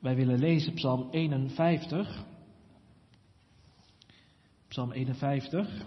Wij willen lezen Psalm 51. Psalm 51.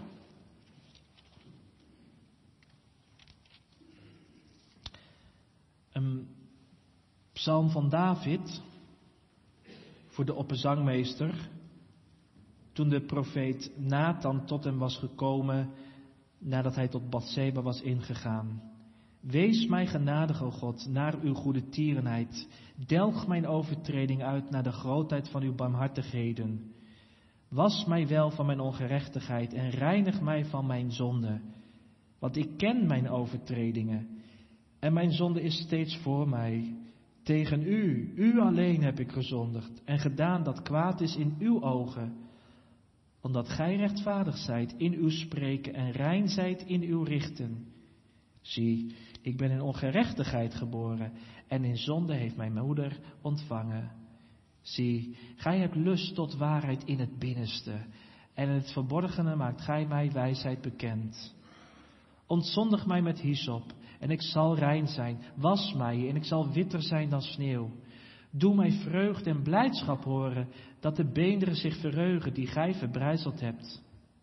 Een psalm van David voor de opperzangmeester. Toen de profeet Nathan tot hem was gekomen nadat hij tot Bathseba was ingegaan. Wees mij genadig, o God, naar uw goede tierenheid. Delg mijn overtreding uit naar de grootheid van uw barmhartigheden. Was mij wel van mijn ongerechtigheid en reinig mij van mijn zonde. Want ik ken mijn overtredingen en mijn zonde is steeds voor mij. Tegen u alleen heb ik gezondigd en gedaan dat kwaad is in uw ogen. Omdat gij rechtvaardig zijt in uw spreken en rein zijt in uw richten. Zie, ik ben in ongerechtigheid geboren en in zonde heeft mijn moeder ontvangen. Zie, gij hebt lust tot waarheid in het binnenste en in het verborgene maakt gij mij wijsheid bekend. Ontzondig mij met hyssop en ik zal rein zijn. Was mij en ik zal witter zijn dan sneeuw. Doe mij vreugde en blijdschap horen, dat de beenderen zich verheugen die gij verbrijzeld hebt.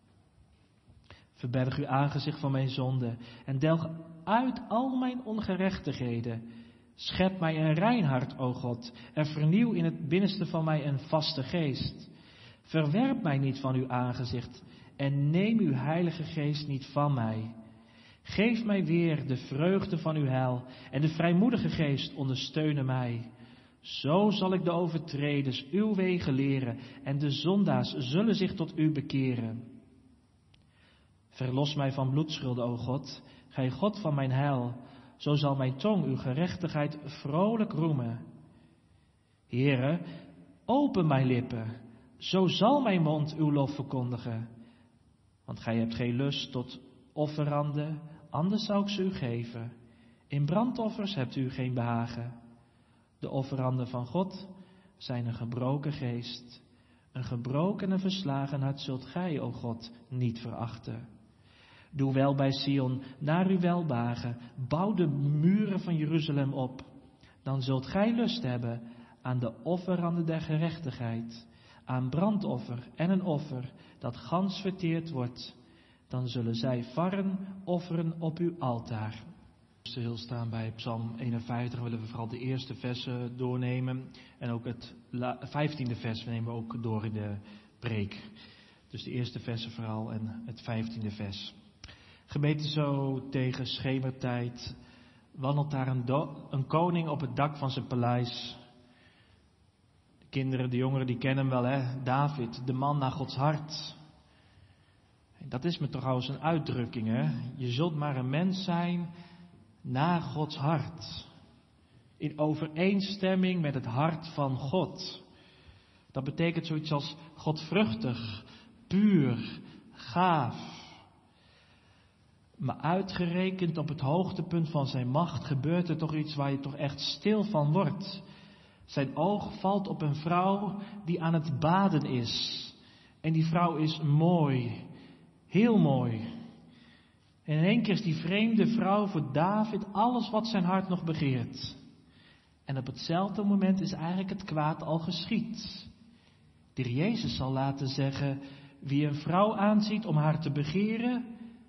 Verberg uw aangezicht van mijn zonde en delg uit al mijn ongerechtigheden. Schep mij een rein hart, o God, en vernieuw in het binnenste van mij een vaste geest. Verwerp mij niet van uw aangezicht en neem uw heilige geest niet van mij. Geef mij weer de vreugde van uw heil en de vrijmoedige geest ondersteunen mij. Zo zal ik de overtreders uw wegen leren en de zondaars zullen zich tot u bekeren. Verlos mij van bloedschulden, o God, gij God van mijn heil. Zo zal mijn tong uw gerechtigheid vrolijk roemen. Heere, open mijn lippen, zo zal mijn mond uw lof verkondigen. Want gij hebt geen lust tot offeranden, anders zou ik ze u geven. In brandoffers hebt u geen behagen. De offeranden van God zijn een gebroken geest. Een gebroken en verslagen hart zult gij, o God, niet verachten. Doe wel bij Sion naar uw welbehagen. Bouw de muren van Jeruzalem op. Dan zult gij lust hebben aan de offeranden der gerechtigheid. Aan brandoffer en een offer dat gans verteerd wordt. Dan zullen zij varren offeren op uw altaar. Stilstaan bij Psalm 51 willen we vooral de eerste versen doornemen. En ook het 15e vers nemen we ook door in de preek. Dus de eerste versen vooral en het 15e vers. Gemeente, zo tegen schemertijd wandelt daar een koning op het dak van zijn paleis. De kinderen, de jongeren, die kennen hem wel, hè? David, de man naar Gods hart. En dat is me trouwens een uitdrukking, hè? Je zult maar een mens zijn naar Gods hart. In overeenstemming met het hart van God. Dat betekent zoiets als godvruchtig, puur, gaaf. Maar uitgerekend op het hoogtepunt van zijn macht gebeurt er toch iets waar je toch echt stil van wordt. Zijn oog valt op een vrouw die aan het baden is. En die vrouw is mooi, heel mooi. En in één keer is die vreemde vrouw voor David alles wat zijn hart nog begeert. En op hetzelfde moment is eigenlijk het kwaad al geschied. De Heer Jezus zal laten zeggen, wie een vrouw aanziet om haar te begeren.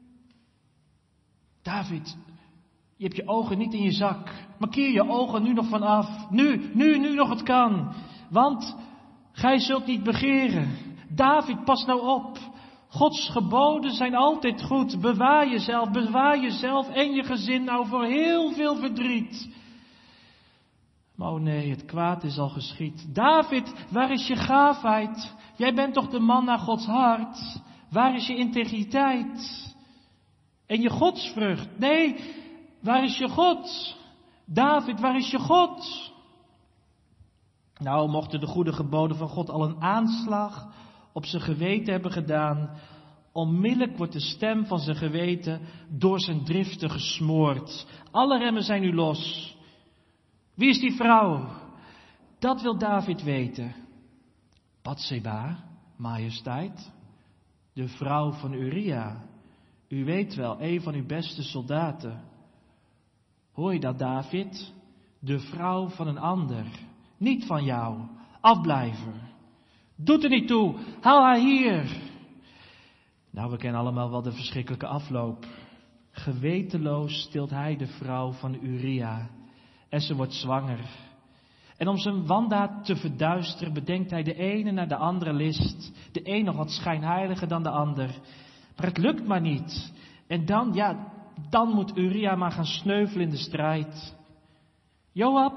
David, je hebt je ogen niet in je zak. Markeer je ogen nu nog vanaf. Nu nog het kan. Want gij zult niet begeren. David, pas nou op. Gods geboden zijn altijd goed. Bewaar jezelf en je gezin nou voor heel veel verdriet. Maar oh nee, het kwaad is al geschied. David, waar is je gaafheid? Jij bent toch de man naar Gods hart? Waar is je integriteit? En je godsvrucht? Nee, waar is je God? David, waar is je God? Nou, mochten de goede geboden van God al een aanslag op zijn geweten hebben gedaan, onmiddellijk wordt de stem van zijn geweten door zijn driften gesmoord. Alle remmen zijn nu los. Wie is die vrouw? Dat wil David weten. Bathseba, majesteit, de vrouw van Uria. U weet wel, een van uw beste soldaten. Hoor je dat, David? De vrouw van een ander. Niet van jou. Afblijven. Doet er niet toe. Haal haar hier. Nou, we kennen allemaal wel de verschrikkelijke afloop. Gewetenloos stilt hij de vrouw van Uria. En ze wordt zwanger. En om zijn wandaad te verduisteren bedenkt hij de ene naar de andere list. De een nog wat schijnheiliger dan de ander. Maar het lukt maar niet. En dan moet Uria maar gaan sneuvelen in de strijd. Joab,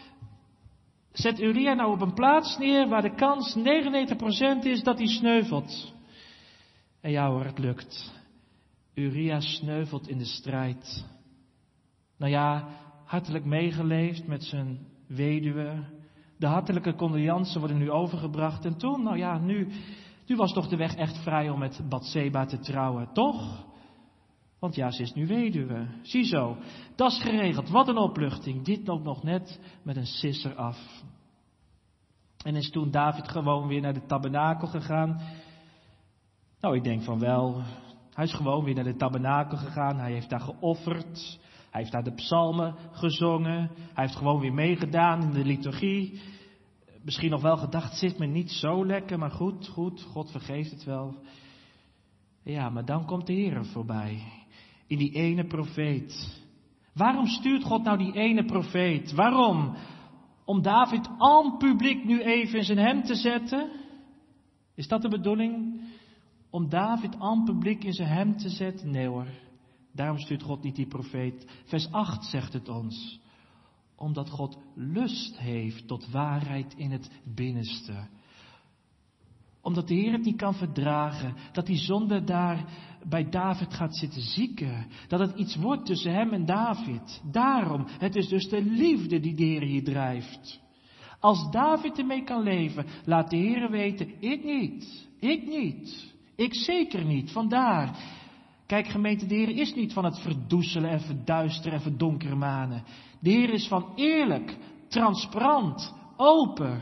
zet Uria nou op een plaats neer waar de kans 99% is dat hij sneuvelt. En ja hoor, het lukt. Uria sneuvelt in de strijd. Nou ja, hartelijk meegeleefd met zijn weduwe. De hartelijke condolences worden nu overgebracht. En toen, nu was toch de weg echt vrij om met Batseba te trouwen, toch? Want ja, ze is nu weduwe. Ziezo, dat is geregeld. Wat een opluchting. Dit loopt nog net met een sisser af. En is toen David gewoon weer naar de tabernakel gegaan? Nou, ik denk van wel. Hij is gewoon weer naar de tabernakel gegaan. Hij heeft daar geofferd. Hij heeft daar de psalmen gezongen. Hij heeft gewoon weer meegedaan in de liturgie. Misschien nog wel gedacht, zit me niet zo lekker, maar goed, God vergeeft het wel. Ja, maar dan komt de Heer voorbij. In die ene profeet. Waarom stuurt God nou die ene profeet? Waarom? Om David en publiek nu even in zijn hemd te zetten? Is dat de bedoeling? Om David en publiek in zijn hemd te zetten? Nee hoor. Daarom stuurt God niet die profeet. Vers 8 zegt het ons. Omdat God lust heeft tot waarheid in het binnenste. Omdat de Heer het niet kan verdragen. Dat die zonde daar bij David gaat zitten zieken. Dat het iets wordt tussen hem en David. Daarom, het is dus de liefde die de Heer hier drijft. Als David ermee kan leven, laat de Heer weten, ik niet. Ik niet. Ik zeker niet. Vandaar. Kijk gemeente, de Heer is niet van het verdoezelen en verduisteren en verdonkere manen. De Heer is van eerlijk, transparant, open.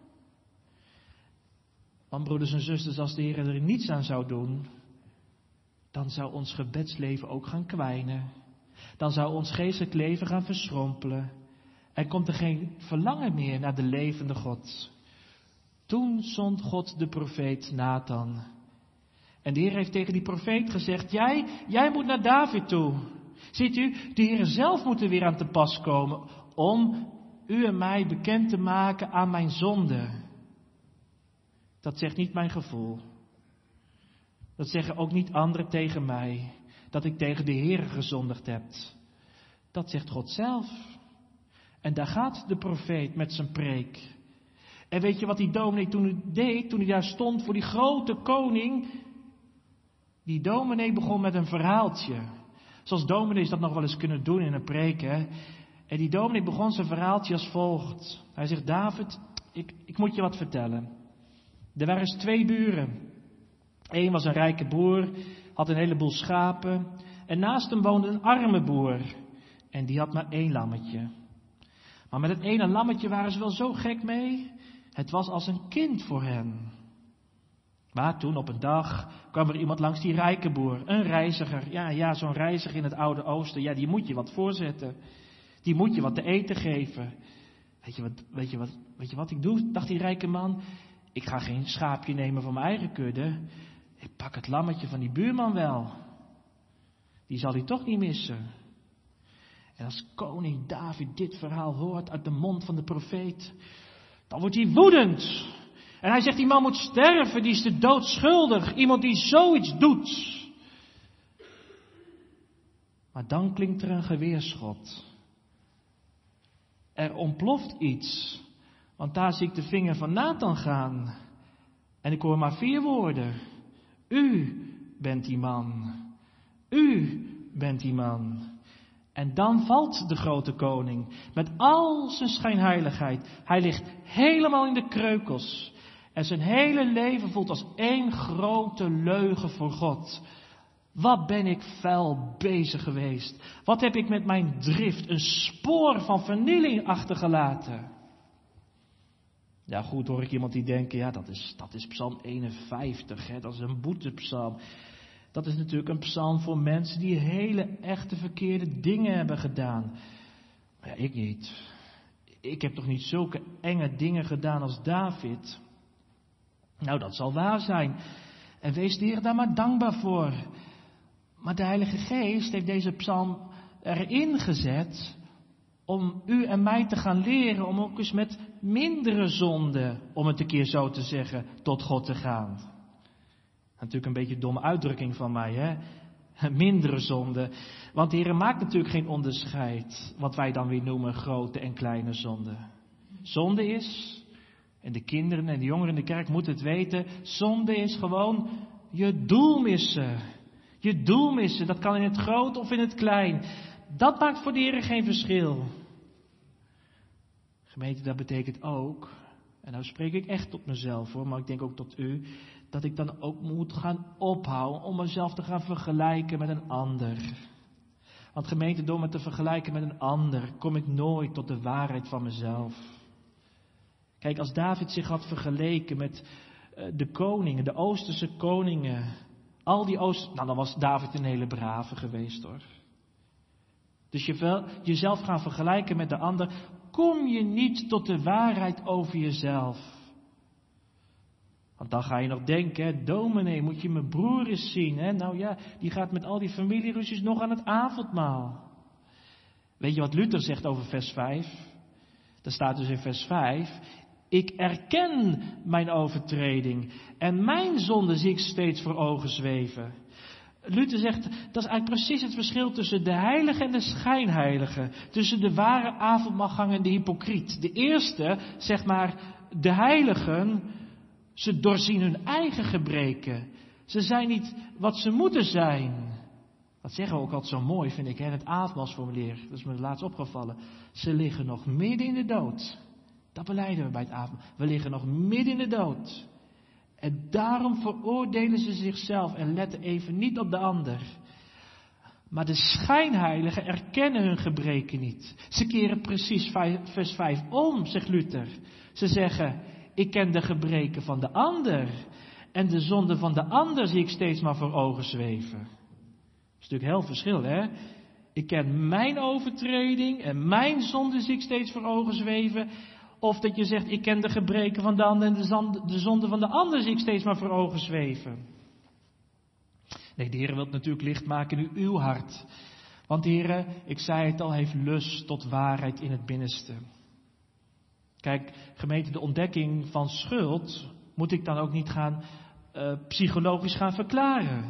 Want broeders en zusters, als de Heer er niets aan zou doen, dan zou ons gebedsleven ook gaan kwijnen. Dan zou ons geestelijk leven gaan verschrompelen. Er komt er geen verlangen meer naar de levende God. Toen zond God de profeet Nathan. En de Heer heeft tegen die profeet gezegd, jij moet naar David toe. Ziet u, de Heer zelf moet er weer aan te pas komen om u en mij bekend te maken aan mijn zonde. Dat zegt niet mijn gevoel. Dat zeggen ook niet anderen tegen mij, dat ik tegen de Heer gezondigd heb. Dat zegt God zelf. En daar gaat de profeet met zijn preek. En weet je wat die dominee toen deed, toen hij daar stond voor die grote koning? Die dominee begon met een verhaaltje. Zoals dominees dat nog wel eens kunnen doen in een preek. Hè? En die dominee begon zijn verhaaltje als volgt. Hij zegt, David, ik moet je wat vertellen. Er waren eens 2 buren. Eén was een rijke boer, had een heleboel schapen. En naast hem woonde een arme boer. En die had maar 1 lammetje. Maar met het ene lammetje waren ze wel zo gek mee. Het was als een kind voor hen. Maar toen op een dag kwam er iemand langs die rijke boer. Een reiziger. Ja, zo'n reiziger in het Oude Oosten. Ja, die moet je wat voorzetten. Die moet je wat te eten geven. Weet je wat ik doe? Dacht die rijke man. Ik ga geen schaapje nemen van mijn eigen kudde. Ik pak het lammetje van die buurman wel. Die zal hij toch niet missen. En als koning David dit verhaal hoort uit de mond van de profeet, dan wordt hij woedend. En hij zegt, die man moet sterven, die is de dood schuldig. Iemand die zoiets doet. Maar dan klinkt er een geweerschot. Er ontploft iets. Want daar zie ik de vinger van Nathan gaan. En ik hoor maar 4 woorden. U bent die man. U bent die man. En dan valt de grote koning. Met al zijn schijnheiligheid. Hij ligt helemaal in de kreukels. En zijn hele leven voelt als 1 grote leugen voor God. Wat ben ik vuil bezig geweest. Wat heb ik met mijn drift een spoor van vernieling achtergelaten. Ja goed, hoor ik iemand die denken, ja dat is psalm 51, hè, dat is een boetepsalm. Dat is natuurlijk een psalm voor mensen die hele echte verkeerde dingen hebben gedaan. Maar ja, ik niet. ik heb toch niet zulke enge dingen gedaan als David? Nou, dat zal waar zijn. En wees de Heer daar maar dankbaar voor. Maar de Heilige Geest heeft deze psalm erin gezet om u en mij te gaan leren om ook eens met mindere zonden, om het een keer zo te zeggen, tot God te gaan. Natuurlijk een beetje een domme uitdrukking van mij, hè? Mindere zonden. Want de Heer maakt natuurlijk geen onderscheid, wat wij dan weer noemen grote en kleine zonden. Zonde is, en de kinderen en de jongeren in de kerk moeten het weten, zonde is gewoon je doel missen. Je doel missen, dat kan in het groot of in het klein. Dat maakt voor de Heer geen verschil. Gemeente, dat betekent ook, en nou spreek ik echt tot mezelf hoor, maar ik denk ook tot u, dat ik dan ook moet gaan ophouden om mezelf te gaan vergelijken met een ander. Want gemeente, door me te vergelijken met een ander, kom ik nooit tot de waarheid van mezelf. Kijk, als David zich had vergeleken met de koningen, de Oosterse koningen, al die dan was David een hele brave geweest hoor. Dus jezelf gaan vergelijken met de ander, kom je niet tot de waarheid over jezelf. Want dan ga je nog denken, hè, dominee, moet je mijn broer eens zien. Hè? Nou ja, die gaat met al die familieruzies nog aan het avondmaal. Weet je wat Luther zegt over vers 5? Daar staat dus in vers 5, ik erken mijn overtreding en mijn zonde zie ik steeds voor ogen zweven. Luther zegt, dat is eigenlijk precies het verschil tussen de heilige en de schijnheilige. Tussen de ware avondmaalganger en de hypocriet. De eerste, zeg maar, de heiligen, ze doorzien hun eigen gebreken. Ze zijn niet wat ze moeten zijn. Dat zeggen we ook altijd zo mooi, vind ik, hè, het avondmaalsformulier. Dat is me laatst opgevallen. Ze liggen nog midden in de dood. Dat belijden we bij het avondmaal. We liggen nog midden in de dood. En daarom veroordelen ze zichzelf en letten even niet op de ander. Maar de schijnheiligen erkennen hun gebreken niet. Ze keren precies vers 5 om, zegt Luther. Ze zeggen, ik ken de gebreken van de ander. En de zonde van de ander zie ik steeds maar voor ogen zweven. Dat is natuurlijk heel verschil, hè? Ik ken mijn overtreding en mijn zonde zie ik steeds voor ogen zweven. Of dat je zegt, ik ken de gebreken van de ander en de zonde van de ander zie ik steeds maar voor ogen zweven. Nee, de Heer wil natuurlijk licht maken in uw hart. Want de Heer, ik zei het al, heeft lust tot waarheid in het binnenste. Kijk, gemeente, de ontdekking van schuld moet ik dan ook niet gaan psychologisch gaan verklaren.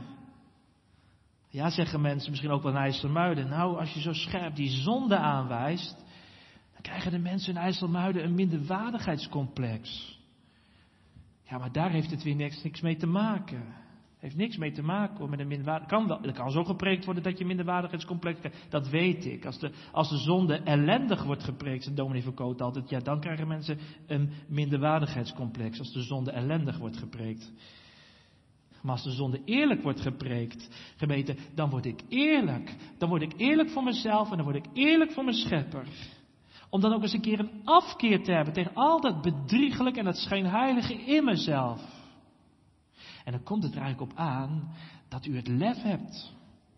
Ja, zeggen mensen misschien ook wel in IJsselmuiden. Nou, als je zo scherp die zonde aanwijst, dan krijgen de mensen in IJsselmuiden een minderwaardigheidscomplex. Ja, maar daar heeft het weer niks mee te maken. Heeft niks mee te maken hoor, met een minderwaardigheid. Er kan zo gepreekt worden dat je een minderwaardigheidscomplex krijgt. Dat weet ik. Als de zonde ellendig wordt gepreekt, zegt dominee Verkoot altijd, ja, dan krijgen mensen een minderwaardigheidscomplex. Als de zonde ellendig wordt gepreekt. Maar als de zonde eerlijk wordt gepreekt, gemeente, dan word ik eerlijk. Dan word ik eerlijk voor mezelf en dan word ik eerlijk voor mijn schepper. Om dan ook eens een keer een afkeer te hebben tegen al dat bedriegelijke en dat schijnheilige in mezelf. En dan komt het er eigenlijk op aan dat u het lef hebt.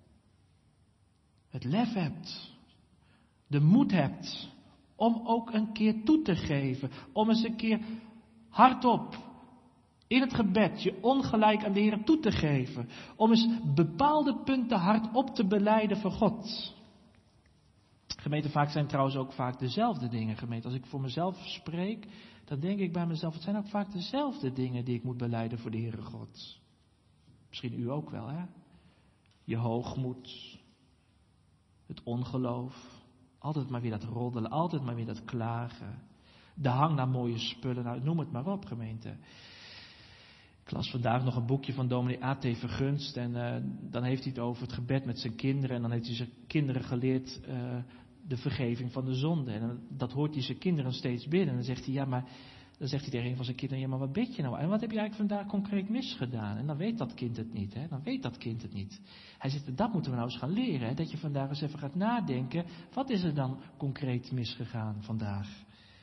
Het lef hebt. De moed hebt. Om ook een keer toe te geven. Om eens een keer hardop in het gebed je ongelijk aan de Heer toe te geven. Om eens bepaalde punten hardop te belijden voor God. Gemeente, vaak zijn trouwens ook vaak dezelfde dingen. Gemeente, als ik voor mezelf spreek, dan denk ik bij mezelf, het zijn ook vaak dezelfde dingen die ik moet belijden voor de Heere God. Misschien u ook wel, hè? Je hoogmoed, het ongeloof, altijd maar weer dat roddelen, altijd maar weer dat klagen. De hang naar mooie spullen, nou, noem het maar op, gemeente. Ik las vandaag nog een boekje van dominee A.T. Vergunst en dan heeft hij het over het gebed met zijn kinderen. En dan heeft hij zijn kinderen geleerd de vergeving van de zonde. En dat hoort hij zijn kinderen steeds bidden. En dan zegt hij, dan zegt hij tegen een van zijn kinderen, ja, maar wat bid je nou? En wat heb je eigenlijk vandaag concreet misgedaan? En dan weet dat kind het niet, hè? Dan weet dat kind het niet. Hij zegt, dat moeten we nou eens gaan leren, hè? Dat je vandaag eens even gaat nadenken, wat is er dan concreet misgegaan vandaag?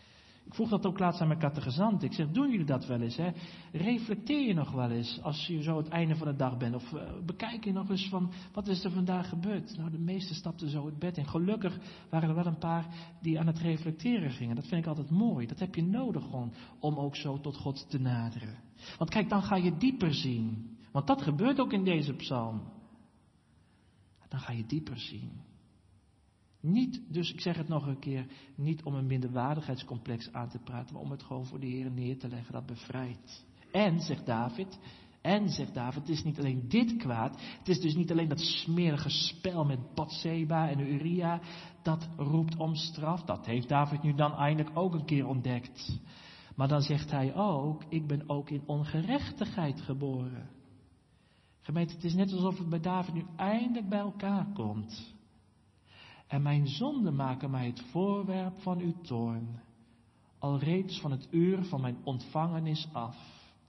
Ik vroeg dat ook laatst aan mijn catechizant. Ik zeg, doen jullie dat wel eens? Hè? Reflecteer je nog wel eens als je zo het einde van de dag bent? Of bekijk je nog eens van, wat is er vandaag gebeurd? Nou, de meesten stapten zo het bed in. Gelukkig waren er wel een paar die aan het reflecteren gingen. Dat vind ik altijd mooi. Dat heb je nodig gewoon, om ook zo tot God te naderen. Want kijk, dan ga je dieper zien. Want dat gebeurt ook in deze psalm. Dan ga je dieper zien. Niet, dus ik zeg het nog een keer, niet om een minderwaardigheidscomplex aan te praten, maar om het gewoon voor de Heer neer te leggen, dat bevrijdt. En, zegt David, het is niet alleen dit kwaad, het is dus niet alleen dat smerige spel met Batseba en Uria, dat roept om straf, dat heeft David nu dan eindelijk ook een keer ontdekt. Maar dan zegt hij ook, ik ben ook in ongerechtigheid geboren. Gemeente, het is net alsof het bij David nu eindelijk bij elkaar komt. En mijn zonden maken mij het voorwerp van uw toorn, alreeds van het uur van mijn ontvangenis af.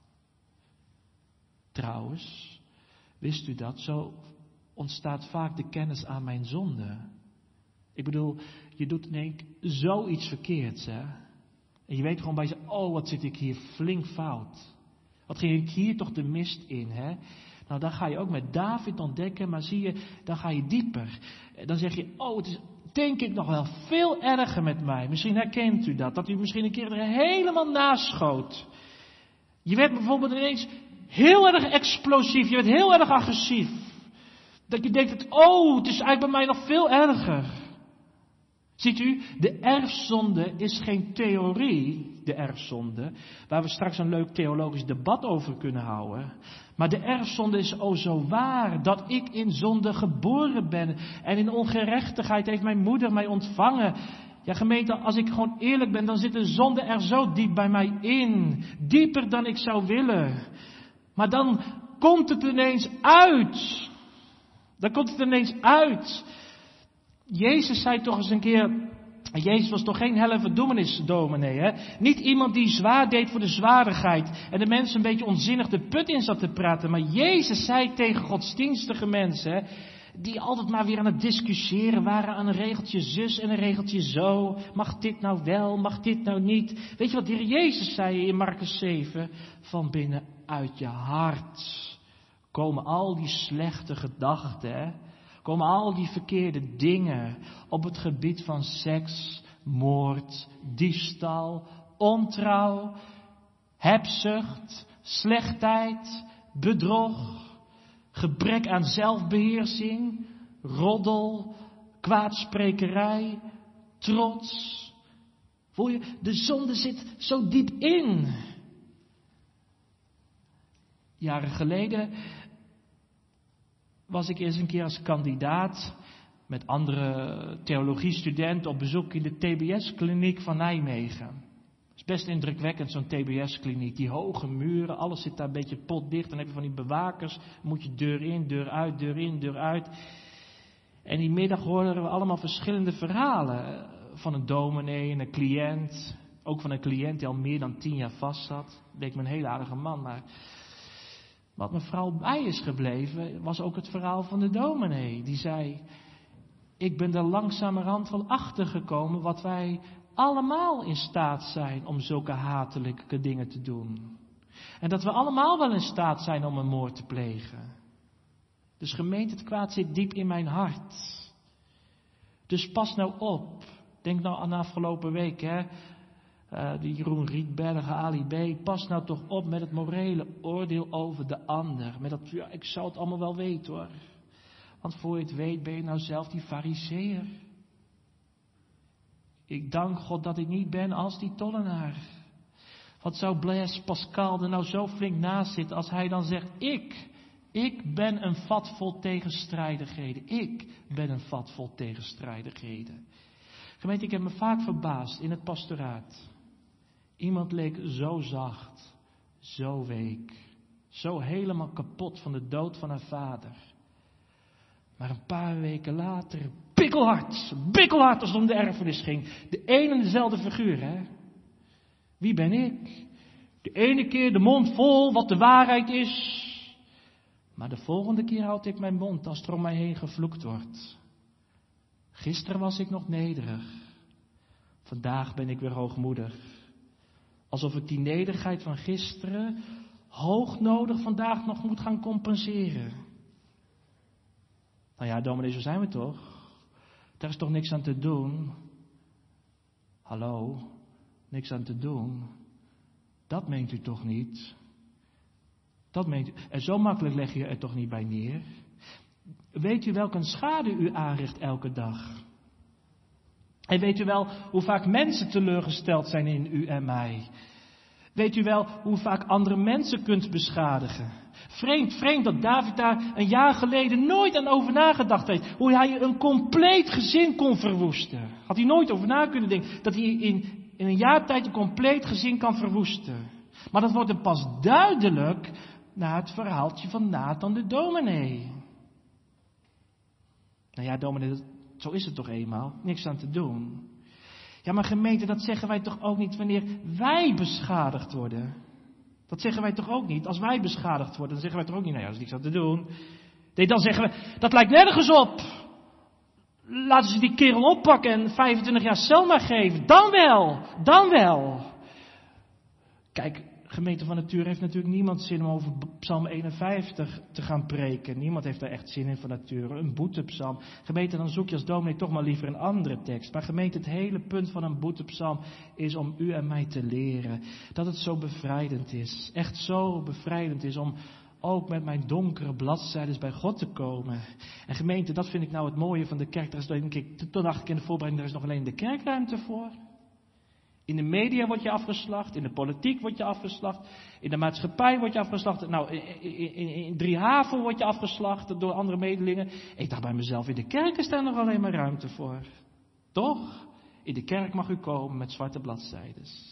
Trouwens, wist u dat? Zo ontstaat vaak de kennis aan mijn zonde. Ik bedoel, je doet in één keer zoiets verkeerds, hè. En je weet gewoon bij je, oh, wat zit ik hier flink fout. Wat ging ik hier toch de mist in, hè? Nou, dan ga je ook met David ontdekken, maar zie je, dan ga je dieper. Dan zeg je, oh, het is denk ik nog wel veel erger met mij. Misschien herkent u dat u misschien een keer er helemaal naast schoot. Je werd bijvoorbeeld ineens heel erg explosief, je werd heel erg agressief. Dat je denkt, oh, het is eigenlijk bij mij nog veel erger. Ziet u, de erfzonde is geen theorie, de erfzonde, waar we straks een leuk theologisch debat over kunnen houden. Maar de erfzonde is o zo waar, dat ik in zonde geboren ben. En in ongerechtigheid heeft mijn moeder mij ontvangen. Ja, gemeente, als ik gewoon eerlijk ben, dan zit de zonde er zo diep bij mij in. Dieper dan ik zou willen. Maar dan komt het ineens uit. Jezus zei toch eens een keer, Jezus was toch geen helverdoemenisdominee, hè? Niet iemand die zwaar deed voor de zwaardigheid en de mensen een beetje onzinnig de put in zat te praten. Maar Jezus zei tegen godsdienstige mensen, die altijd maar weer aan het discussiëren waren aan een regeltje zus en een regeltje zo. Mag dit nou wel, mag dit nou niet? Weet je wat de Heer Jezus zei in Marcus 7? Van binnen uit je hart komen al die slechte gedachten, hè? Komen al die verkeerde dingen op het gebied van seks, moord, diefstal, ontrouw, hebzucht, slechtheid, bedrog, gebrek aan zelfbeheersing, roddel, kwaadsprekerij, trots. Voel je, de zonde zit zo diep in. Jaren geleden was ik eens een keer als kandidaat met andere theologiestudenten op bezoek in de TBS-kliniek van Nijmegen. Het is best indrukwekkend, zo'n TBS-kliniek. Die hoge muren, alles zit daar een beetje potdicht. Dan heb je van die bewakers, dan moet je deur in, deur uit, deur in, deur uit. En die middag hoorden we allemaal verschillende verhalen van een dominee en een cliënt. Ook van een cliënt die al meer dan 10 jaar vast zat. Leek me een hele aardige man, maar wat me vooral bij is gebleven, was ook het verhaal van de dominee. Die zei, ik ben er langzamerhand wel achter gekomen wat wij allemaal in staat zijn om zulke hatelijke dingen te doen. En dat we allemaal wel in staat zijn om een moord te plegen. Dus gemeente, het kwaad zit diep in mijn hart. Dus pas nou op. Denk nou aan de afgelopen week, hè. Die Jeroen Rietbergen, Ali B. Pas nou toch op met het morele oordeel over de ander. Met dat, ja, ik zou het allemaal wel weten hoor. Want voor je het weet ben je nou zelf die fariseer. Ik dank God dat ik niet ben als die tollenaar. Wat zou Blaise Pascal er nou zo flink naast zitten als hij dan zegt, ik ben een vat vol tegenstrijdigheden. Ik ben een vat vol tegenstrijdigheden. Gemeente, ik heb me vaak verbaasd in het pastoraat. Iemand leek zo zacht, zo week, zo helemaal kapot van de dood van haar vader. Maar een paar weken later, bikkelhard als het om de erfenis ging. De een en dezelfde figuur, hè. Wie ben ik? De ene keer de mond vol wat de waarheid is. Maar de volgende keer houd ik mijn mond als er om mij heen gevloekt wordt. Gisteren was ik nog nederig. Vandaag ben ik weer hoogmoedig. Alsof ik die nederigheid van gisteren hoognodig vandaag nog moet gaan compenseren. Nou ja, dominee, zo zijn we toch? Daar is toch niks aan te doen? Hallo, niks aan te doen? Dat meent u toch niet? Dat meent u. En zo makkelijk leg je er toch niet bij neer? Weet u welke schade u aanricht elke dag? En weet u wel hoe vaak mensen teleurgesteld zijn in u en mij? Weet u wel hoe vaak andere mensen kunt beschadigen? Vreemd dat David daar een jaar geleden nooit aan over nagedacht heeft. Hoe hij een compleet gezin kon verwoesten. Had hij nooit over na kunnen denken. Dat hij in een jaar tijd een compleet gezin kan verwoesten. Maar dat wordt er pas duidelijk na het verhaaltje van Nathan de dominee. Nou ja, dominee, zo is het toch eenmaal. Niks aan te doen. Ja, maar gemeente, dat zeggen wij toch ook niet wanneer wij beschadigd worden? Dat zeggen wij toch ook niet? Als wij beschadigd worden, dan zeggen wij toch ook niet, nou ja, dat is niks aan te doen. Nee, dan zeggen we, dat lijkt nergens op. Laten ze die kerel oppakken en 25 jaar cel maar geven. Dan wel. Kijk, gemeente van Natuur heeft natuurlijk niemand zin om over Psalm 51 te gaan preken. Niemand heeft daar echt zin in van Natuur. Een boetepsalm. Gemeente, dan zoek je als dominee toch maar liever een andere tekst. Maar gemeente, het hele punt van een boetepsalm is om u en mij te leren dat het zo bevrijdend is. Echt zo bevrijdend is om ook met mijn donkere bladzijden bij God te komen. En gemeente, dat vind ik nou het mooie van de kerk. Toen dacht ik in de voorbereiding, er is nog alleen de kerkruimte voor. In de media word je afgeslacht, in de politiek word je afgeslacht, in de maatschappij word je afgeslacht. Nou, in Driehaven word je afgeslacht door andere medelingen. Ik dacht bij mezelf, in de kerk is daar nog alleen maar ruimte voor. Toch? In de kerk mag u komen met zwarte bladzijdes.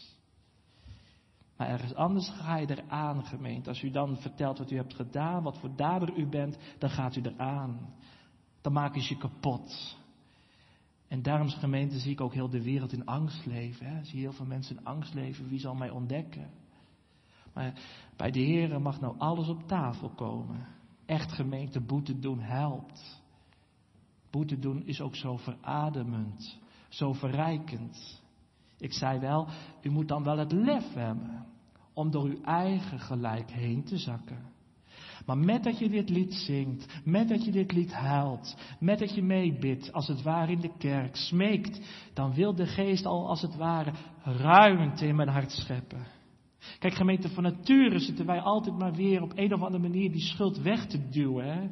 Maar ergens anders ga je eraan, gemeente. Als u dan vertelt wat u hebt gedaan, wat voor dader u bent, dan gaat u eraan. Dan maken ze je kapot. En daarom, gemeente, zie ik ook heel de wereld in angst leven. Hè? Zie heel veel mensen in angst leven. Wie zal mij ontdekken? Maar bij de Heere mag nou alles op tafel komen. Echt, gemeente, boete doen helpt. Boete doen is ook zo verademend. Zo verrijkend. Ik zei wel, u moet dan wel het lef hebben om door uw eigen gelijk heen te zakken. Maar met dat je dit lied zingt, met dat je dit lied huilt, met dat je meebidt, als het ware in de kerk, smeekt, dan wil de geest al als het ware ruimte in mijn hart scheppen. Kijk, gemeente, van nature zitten wij altijd maar weer op een of andere manier die schuld weg te duwen. Hè?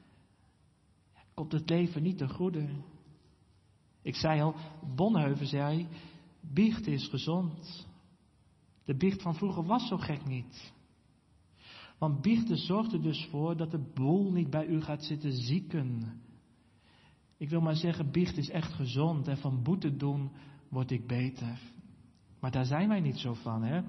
Komt het leven niet ten goede. Ik zei al, Bonhoeffer zei, biecht is gezond. De biecht van vroeger was zo gek niet. Want biechten zorgt er dus voor dat de boel niet bij u gaat zitten zieken. Ik wil maar zeggen, biecht is echt gezond. En van boete doen word ik beter. Maar daar zijn wij niet zo van, hè.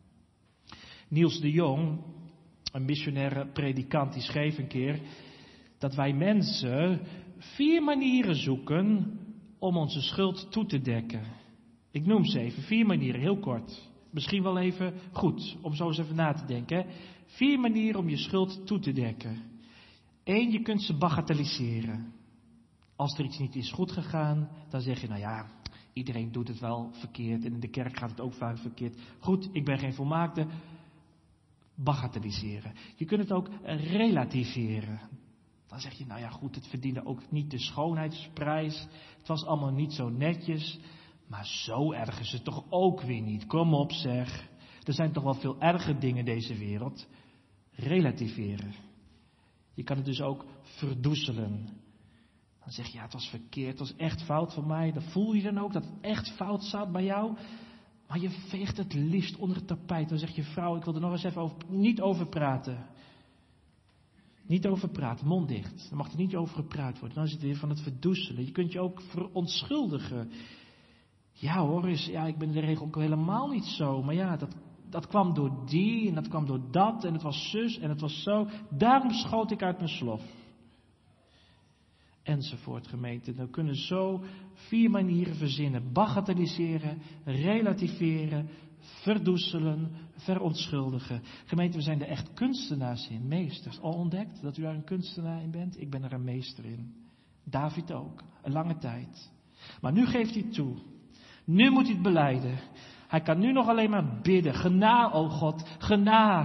Niels de Jong, een missionaire predikant, die schreef een keer dat wij mensen 4 manieren zoeken om onze schuld toe te dekken. Ik noem ze even, 4 manieren, heel kort. Misschien wel even goed, om zo eens even na te denken. 4 manieren om je schuld toe te dekken. 1, je kunt ze bagatelliseren. Als er iets niet is goed gegaan, dan zeg je, nou ja, iedereen doet het wel verkeerd. En in de kerk gaat het ook vaak verkeerd. Goed, ik ben geen volmaakte. Bagatelliseren. Je kunt het ook relativeren. Dan zeg je, nou ja goed, het verdiende ook niet de schoonheidsprijs. Het was allemaal niet zo netjes. Maar zo erg is het toch ook weer niet. Kom op zeg. Er zijn toch wel veel erge dingen in deze wereld. Relativeren. Je kan het dus ook verdoezelen. Dan zeg je, ja, het was verkeerd, het was echt fout van mij. Dan voel je dan ook dat het echt fout zat bij jou. Maar je veegt het liefst onder het tapijt. Dan zeg je, vrouw, ik wil er nog eens even niet over praten. Niet over praten, mond dicht. Dan mag er niet over gepraat worden. Dan is het weer van het verdoezelen. Je kunt je ook verontschuldigen. Ja hoor, ik ben in de regel ook helemaal niet zo. Maar ja, dat kwam door die en dat kwam door dat en het was zus en het was zo. Daarom schoot ik uit mijn slof. Enzovoort, gemeente. We kunnen zo 4 manieren verzinnen. Bagatelliseren, relativeren, verdoezelen, verontschuldigen. Gemeente, we zijn er echt kunstenaars in, meesters. Al ontdekt dat u daar een kunstenaar in bent? Ik ben er een meester in. David ook, een lange tijd. Maar nu geeft hij toe. Nu moet hij het belijden. Hij kan nu nog alleen maar bidden. Gena, o God, gena.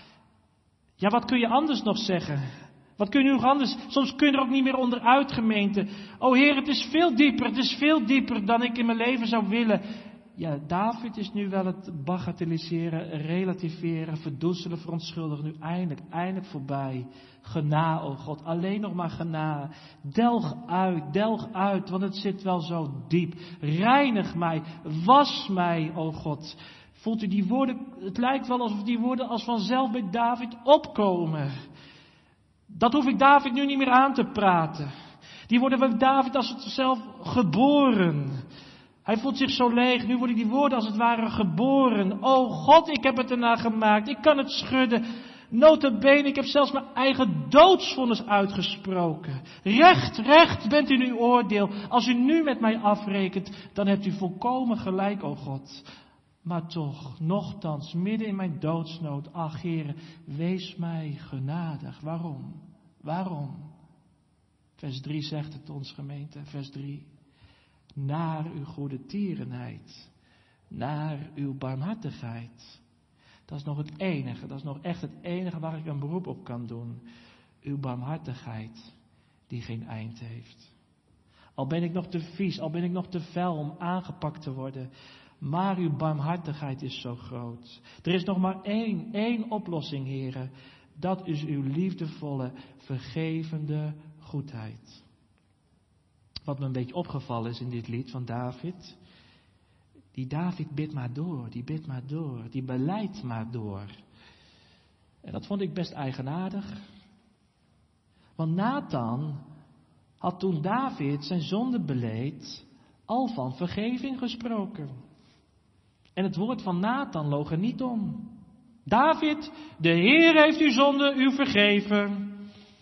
Ja, wat kun je anders nog zeggen? Wat kun je nog anders? Soms kun je er ook niet meer onderuit, gemeente. O Heer, het is veel dieper dan ik in mijn leven zou willen. Ja, David is nu wel het bagatelliseren, relativeren, verdoezelen, verontschuldigen. Nu eindelijk voorbij. Gena, o God, alleen nog maar gena. Delg uit, want het zit wel zo diep. Reinig mij, was mij, o God. Voelt u die woorden, het lijkt wel alsof die woorden als vanzelf bij David opkomen. Dat hoef ik David nu niet meer aan te praten. Die worden bij David als het zelf geboren. Hij voelt zich zo leeg. Nu worden die woorden als het ware geboren. O God, ik heb het ernaar gemaakt. Ik kan het schudden. Nota bene, ik heb zelfs mijn eigen doodsvonnis uitgesproken. Recht bent u in uw oordeel. Als u nu met mij afrekent, dan hebt u volkomen gelijk, o God. Maar toch, nochtans, midden in mijn doodsnood, ach Heere, wees mij genadig. Waarom? Vers 3 zegt het ons, gemeente, vers 3. Naar uw goede tierenheid, naar uw barmhartigheid. Dat is nog het enige, dat is nog echt het enige waar ik een beroep op kan doen. Uw barmhartigheid, die geen eind heeft. Al ben ik nog te vies, al ben ik nog te vuil om aangepakt te worden. Maar uw barmhartigheid is zo groot. Er is nog maar één oplossing, Heere. Dat is uw liefdevolle, vergevende goedheid. Wat me een beetje opgevallen is in dit lied van David. Die David bidt maar door, die belijdt maar door. En dat vond ik best eigenaardig. Want Nathan had toen David zijn zonde beleed al van vergeving gesproken. En het woord van Nathan loog er niet om. David, de Heer heeft uw zonde u vergeven.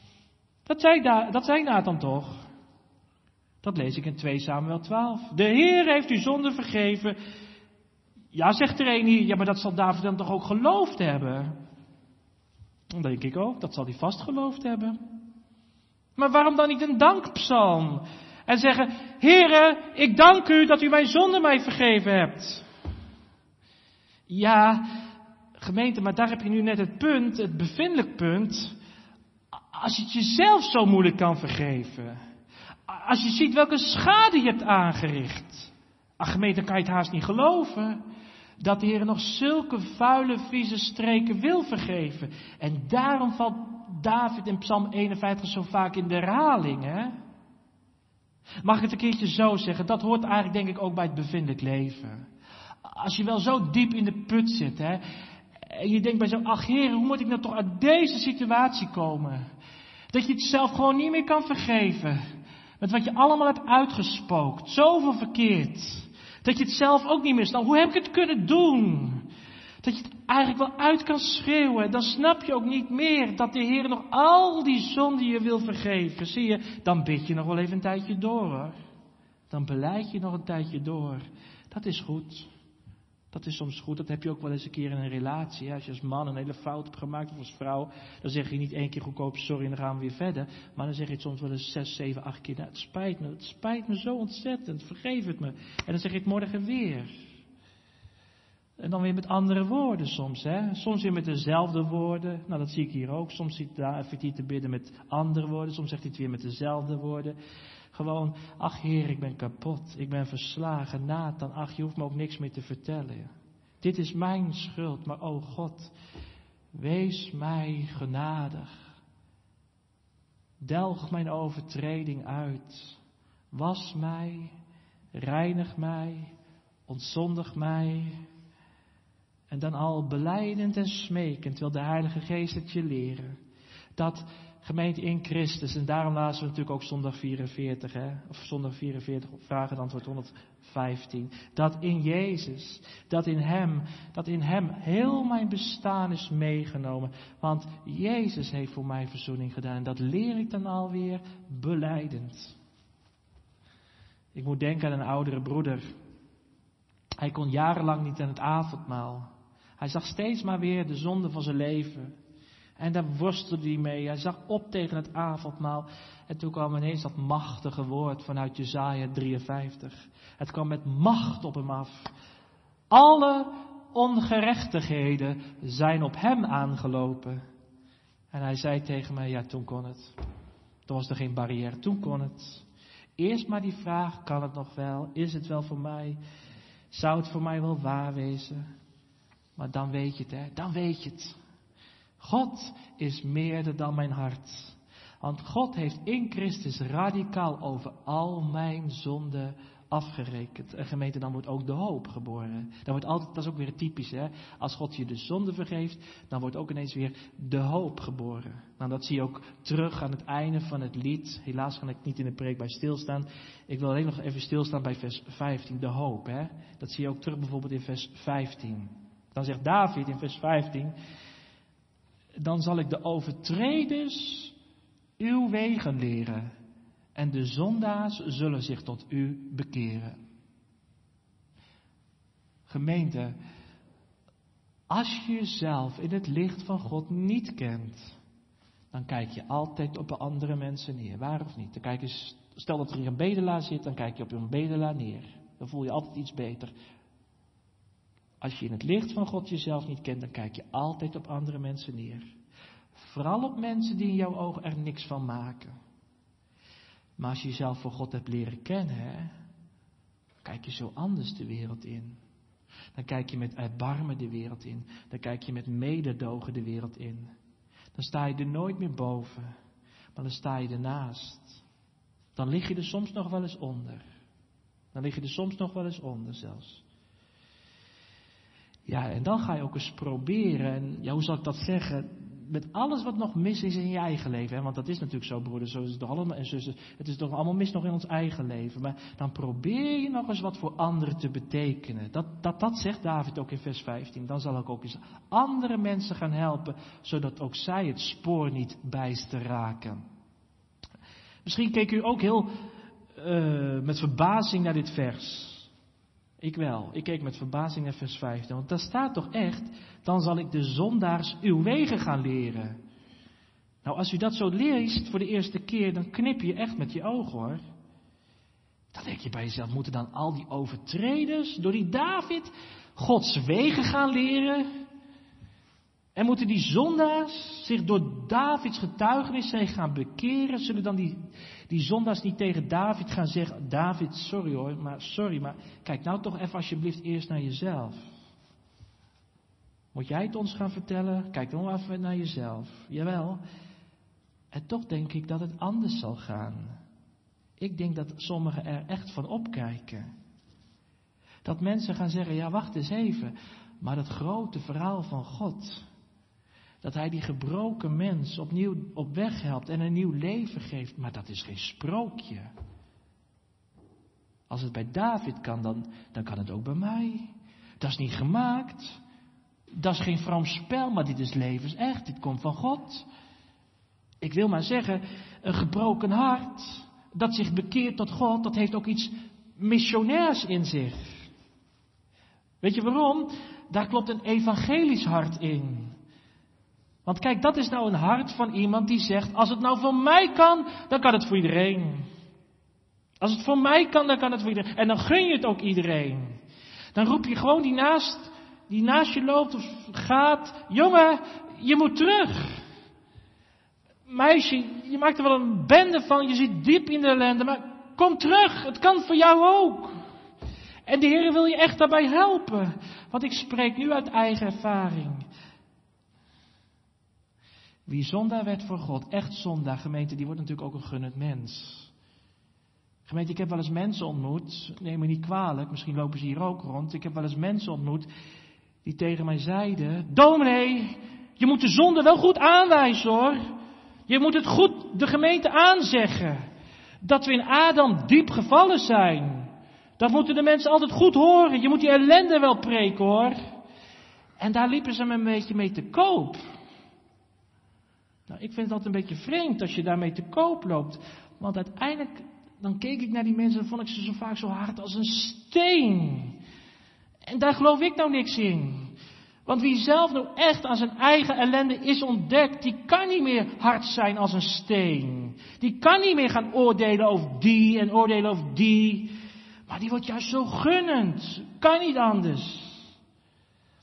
Dat zei Nathan toch? Dat lees ik in 2 Samuel 12. De Heer heeft uw zonde vergeven. Ja, zegt er een hier. Ja, maar dat zal David dan toch ook geloofd hebben? Dan denk ik ook, dat zal hij vast geloofd hebben. Maar waarom dan niet een dankpsalm? En zeggen, Heere, ik dank u dat u mijn zonde mij vergeven hebt. Ja, gemeente, maar daar heb je nu net het punt, het bevindelijk punt. Als je het jezelf zo moeilijk kan vergeven. Als je ziet welke schade je hebt aangericht. Ach, gemeente, dan kan je het haast niet geloven. Dat de Heer nog zulke vuile, vieze streken wil vergeven. En daarom valt David in Psalm 51 zo vaak in de herhaling, hè? Mag ik het een keertje zo zeggen? Dat hoort eigenlijk denk ik ook bij het bevindelijk leven. Als je wel zo diep in de put zit, hè? En je denkt bij zo, ach Heer, hoe moet ik nou toch uit deze situatie komen? Dat je het zelf gewoon niet meer kan vergeven. Met wat je allemaal hebt uitgespookt. Zoveel verkeerd. Dat je het zelf ook niet meer snapt. Hoe heb ik het kunnen doen? Dat je het eigenlijk wel uit kan schreeuwen. Dan snap je ook niet meer dat de Heer nog al die zonden je wil vergeven. Zie je, dan bid je nog wel even een tijdje door, hoor. Dan belijd je nog een tijdje door. Dat is goed. Dat is soms goed, dat heb je ook wel eens een keer in een relatie. Hè? Als je als man een hele fout hebt gemaakt of als vrouw, dan zeg je niet 1 keer goedkoop sorry en dan gaan we weer verder. Maar dan zeg je het soms wel eens 6, 7, 8 keer. Nou, het spijt me zo ontzettend, vergeef het me. En dan zeg je het morgen weer. En dan weer met andere woorden soms. Hè? Soms weer met dezelfde woorden. Nou, dat zie ik hier ook. Soms zit David te bidden met andere woorden. Soms zegt hij het weer met dezelfde woorden. Gewoon, ach Heer, ik ben kapot. Ik ben verslagen. Nathan, ach, je hoeft me ook niks meer te vertellen. Dit is mijn schuld. Maar o God, wees mij genadig. Delg mijn overtreding uit. Was mij. Reinig mij. Ontzondig mij. En dan al belijdend en smekend wil de Heilige Geest het je leren. Dat gemeente in Christus, en daarom lazen we natuurlijk ook zondag 44, hè? Of zondag 44, vraag en antwoord 115. Dat in Jezus, dat in Hem heel mijn bestaan is meegenomen. Want Jezus heeft voor mij verzoening gedaan. En dat leer ik dan alweer belijdend. Ik moet denken aan een oudere broeder. Hij kon jarenlang niet aan het avondmaal. Hij zag steeds maar weer de zonde van zijn leven. En daar worstelde hij mee. Hij zag op tegen het avondmaal. En toen kwam ineens dat machtige woord vanuit Jesaja 53. Het kwam met macht op hem af. Alle ongerechtigheden zijn op hem aangelopen. En hij zei tegen mij, ja, toen kon het. Toen was er geen barrière, toen kon het. Eerst maar die vraag, kan het nog wel? Is het wel voor mij? Zou het voor mij wel waar wezen? Maar dan weet je het, hè? Dan weet je het. God is meerder dan mijn hart. Want God heeft in Christus radicaal over al mijn zonden afgerekend. En gemeente, dan wordt ook de hoop geboren. Dan wordt altijd, dat is ook weer typisch, hè? Als God je de zonde vergeeft, dan wordt ook ineens weer de hoop geboren. Nou, dat zie je ook terug aan het einde van het lied. Helaas kan ik niet in de preek bij stilstaan. Ik wil alleen nog even stilstaan bij vers 15, de hoop, hè? Dat zie je ook terug bijvoorbeeld in vers 15. Dan zegt David in vers 15, dan zal ik de overtreders uw wegen leren. En de zondaars zullen zich tot u bekeren. Gemeente, als je jezelf in het licht van God niet kent, dan kijk je altijd op andere mensen neer. Waar of niet? Dan kijk je, stel dat er hier een bedelaar zit, dan kijk je op een bedelaar neer. Dan voel je altijd iets beter. Als je in het licht van God jezelf niet kent, dan kijk je altijd op andere mensen neer. Vooral op mensen die in jouw ogen er niks van maken. Maar als je jezelf voor God hebt leren kennen, hè, kijk je zo anders de wereld in. Dan kijk je met erbarmen de wereld in. Dan kijk je met mededogen de wereld in. Dan sta je er nooit meer boven, maar dan sta je ernaast. Dan lig je er soms nog wel eens onder. Dan lig je er soms nog wel eens onder zelfs. Ja, en dan ga je ook eens proberen, en ja, hoe zal ik dat zeggen, met alles wat nog mis is in je eigen leven. Hè? Want dat is natuurlijk zo, broeders, zo is het toch allemaal, en zussen. Het is toch allemaal mis nog in ons eigen leven. Maar dan probeer je nog eens wat voor anderen te betekenen. Dat zegt David ook in vers 15. Dan zal ik ook eens andere mensen gaan helpen, zodat ook zij het spoor niet bijster raken. Misschien keek u ook heel met verbazing naar dit vers. Ik wel. Ik keek met verbazing naar vers 15. Want daar staat toch echt, dan zal ik de zondaars uw wegen gaan leren. Nou, als u dat zo leest voor de eerste keer, dan knip je echt met je ogen, hoor. Dan denk je bij jezelf, moeten dan al die overtreders door die David Gods wegen gaan leren? En moeten die zondaars zich door Davids getuigenis gaan bekeren? Zullen dan die zondaars niet tegen David gaan zeggen, David, sorry, maar kijk nou toch even alsjeblieft eerst naar jezelf. Moet jij het ons gaan vertellen? Kijk dan even naar jezelf. Jawel. En toch denk ik dat het anders zal gaan. Ik denk dat sommigen er echt van opkijken. Dat mensen gaan zeggen, ja wacht eens even, maar dat grote verhaal van God, dat hij die gebroken mens opnieuw op weg helpt en een nieuw leven geeft. Maar dat is geen sprookje. Als het bij David kan, dan kan het ook bij mij. Dat is niet gemaakt. Dat is geen vroom spel, maar dit is levensecht. Dit komt van God. Ik wil maar zeggen, een gebroken hart dat zich bekeert tot God, dat heeft ook iets missionairs in zich. Weet je waarom? Daar klopt een evangelisch hart in. Want kijk, dat is nou een hart van iemand die zegt, als het nou voor mij kan, dan kan het voor iedereen. Als het voor mij kan, dan kan het voor iedereen. En dan gun je het ook iedereen. Dan roep je gewoon die naast je loopt of gaat, jongen, je moet terug. Meisje, je maakt er wel een bende van, je zit diep in de ellende, maar kom terug, het kan voor jou ook. En de Heer wil je echt daarbij helpen. Want ik spreek nu uit eigen ervaring. Wie zondaar werd voor God, echt zondaar, gemeente, die wordt natuurlijk ook een gunnend mens. Gemeente, ik heb wel eens mensen ontmoet, neem me niet kwalijk, misschien lopen ze hier ook rond. Ik heb wel eens mensen ontmoet die tegen mij zeiden, dominee, je moet de zonde wel goed aanwijzen hoor. Je moet het goed de gemeente aanzeggen. Dat we in Adam diep gevallen zijn. Dat moeten de mensen altijd goed horen. Je moet die ellende wel preken hoor. En daar liepen ze me een beetje mee te koop. Nou, ik vind het altijd een beetje vreemd als je daarmee te koop loopt. Want uiteindelijk, dan keek ik naar die mensen en vond ik ze zo vaak zo hard als een steen. En daar geloof ik nou niks in. Want wie zelf nou echt aan zijn eigen ellende is ontdekt, die kan niet meer hard zijn als een steen. Die kan niet meer gaan oordelen over die en oordelen over die. Maar die wordt juist zo gunnend. Kan niet anders.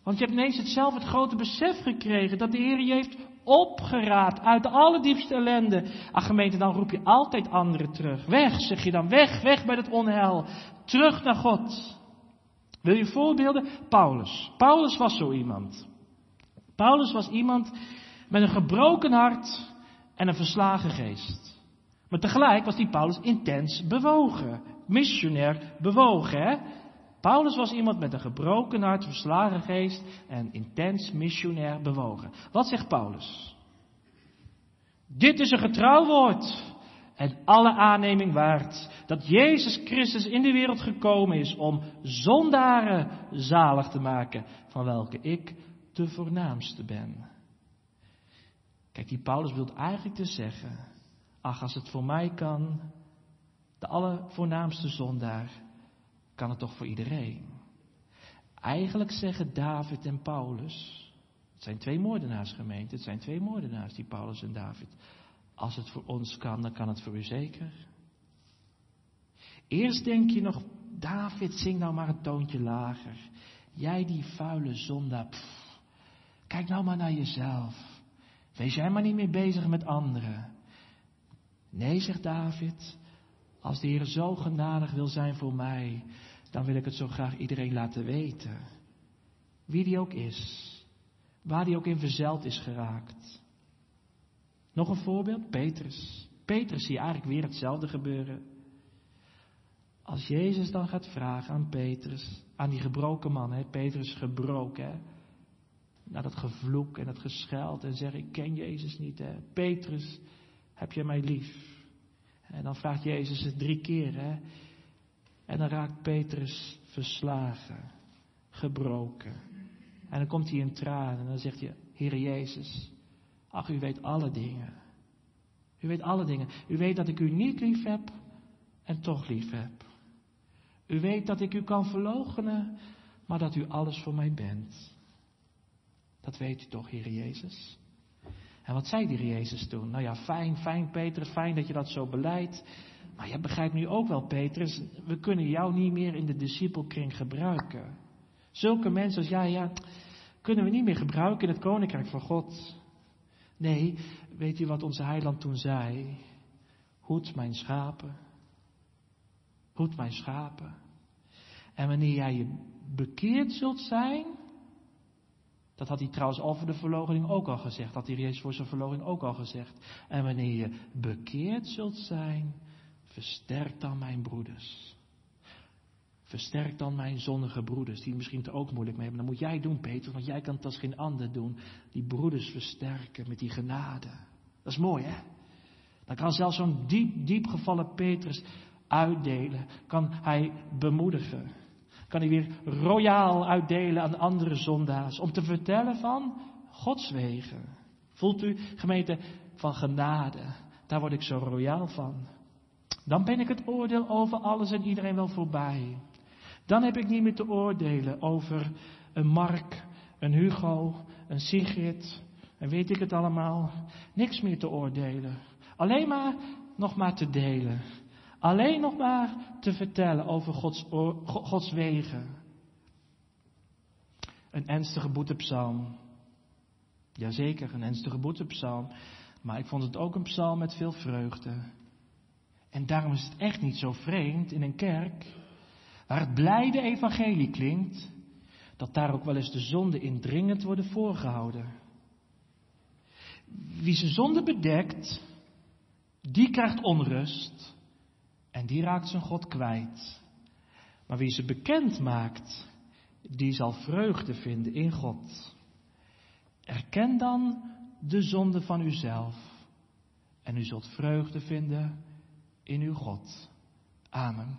Want je hebt ineens zelf het grote besef gekregen dat de Heer je heeft opgeraapt uit de allerdiepste ellende. Ach gemeente, dan roep je altijd anderen terug. Weg, zeg je dan, weg bij dat onheil. Terug naar God. Wil je voorbeelden? Paulus. Paulus was zo iemand. Paulus was iemand met een gebroken hart en een verslagen geest. Maar tegelijk was die Paulus intens bewogen. Missionair bewogen, hè? Paulus was iemand met een gebroken hart, verslagen geest en intens missionair bewogen. Wat zegt Paulus? Dit is een getrouw woord en alle aanneming waard, dat Jezus Christus in de wereld gekomen is om zondaren zalig te maken, van welke ik de voornaamste ben. Kijk, die Paulus wil eigenlijk dus zeggen, ach, als het voor mij kan, de allervoornaamste zondaar, kan het toch voor iedereen. Eigenlijk zeggen David en Paulus, het zijn twee moordenaars gemeente, het zijn twee moordenaars, die Paulus en David. Als het voor ons kan, dan kan het voor u zeker. Eerst denk je nog, David, zing nou maar een toontje lager. Jij die vuile zondaar, kijk nou maar naar jezelf. Wees jij maar niet meer bezig met anderen. Nee, zegt David, als de Heer zo genadig wil zijn voor mij, dan wil ik het zo graag iedereen laten weten. Wie die ook is, waar die ook in verzeild is geraakt. Nog een voorbeeld, Petrus. Petrus zie je eigenlijk weer hetzelfde gebeuren. Als Jezus dan gaat vragen aan Petrus, aan die gebroken man, hè, Petrus gebroken, hè, na dat gevloek en dat gescheld en zeggen, ik ken Jezus niet, hè. Petrus, heb je mij lief? En dan vraagt Jezus het 3 keer, hè. En dan raakt Petrus verslagen, gebroken. En dan komt hij in tranen en dan zegt hij, Heere Jezus, ach, u weet alle dingen. U weet alle dingen. U weet dat ik u niet lief heb en toch lief heb. U weet dat ik u kan verloochenen, maar dat u alles voor mij bent. Dat weet u toch, Heere Jezus? En wat zei die Heer Jezus toen? Nou ja, fijn Petrus, fijn dat je dat zo beleidt. Maar je begrijpt nu ook wel, Petrus, we kunnen jou niet meer in de discipelkring gebruiken. Zulke mensen als jij, kunnen we niet meer gebruiken in het koninkrijk van God. Nee, weet u wat onze heiland toen zei? Hoed mijn schapen. Hoed mijn schapen. En wanneer jij je bekeerd zult zijn, dat had hij trouwens al voor de verloochening ook al gezegd. Dat had hij Jezus voor zijn verloochening ook al gezegd. En wanneer je bekeerd zult zijn, versterk dan mijn broeders. Versterk dan mijn zondige broeders, die misschien het er ook moeilijk mee hebben. Dan moet jij doen, Peter, want jij kan het als geen ander doen. Die broeders versterken met die genade. Dat is mooi, hè? Dan kan zelfs zo'n diep gevallen Petrus uitdelen. Kan hij bemoedigen. Kan hij weer royaal uitdelen aan andere zondaars. Om te vertellen van Gods wegen. Voelt u, gemeente, van genade. Daar word ik zo royaal van. Dan ben ik het oordeel over alles en iedereen wel voorbij. Dan heb ik niet meer te oordelen over een Mark, een Hugo, een Sigrid. En weet ik het allemaal. Niks meer te oordelen. Alleen maar nog maar te delen. Alleen nog maar te vertellen over Gods wegen. Een ernstige boetepsalm. Jazeker, een ernstige boetepsalm. Maar ik vond het ook een psalm met veel vreugde. En daarom is het echt niet zo vreemd in een kerk, waar het blijde evangelie klinkt, dat daar ook wel eens de zonden indringend worden voorgehouden. Wie zijn zonde bedekt, die krijgt onrust. En die raakt zijn God kwijt. Maar wie ze bekend maakt, die zal vreugde vinden in God. Erken dan de zonde van uzelf. En u zult vreugde vinden in uw God. Amen.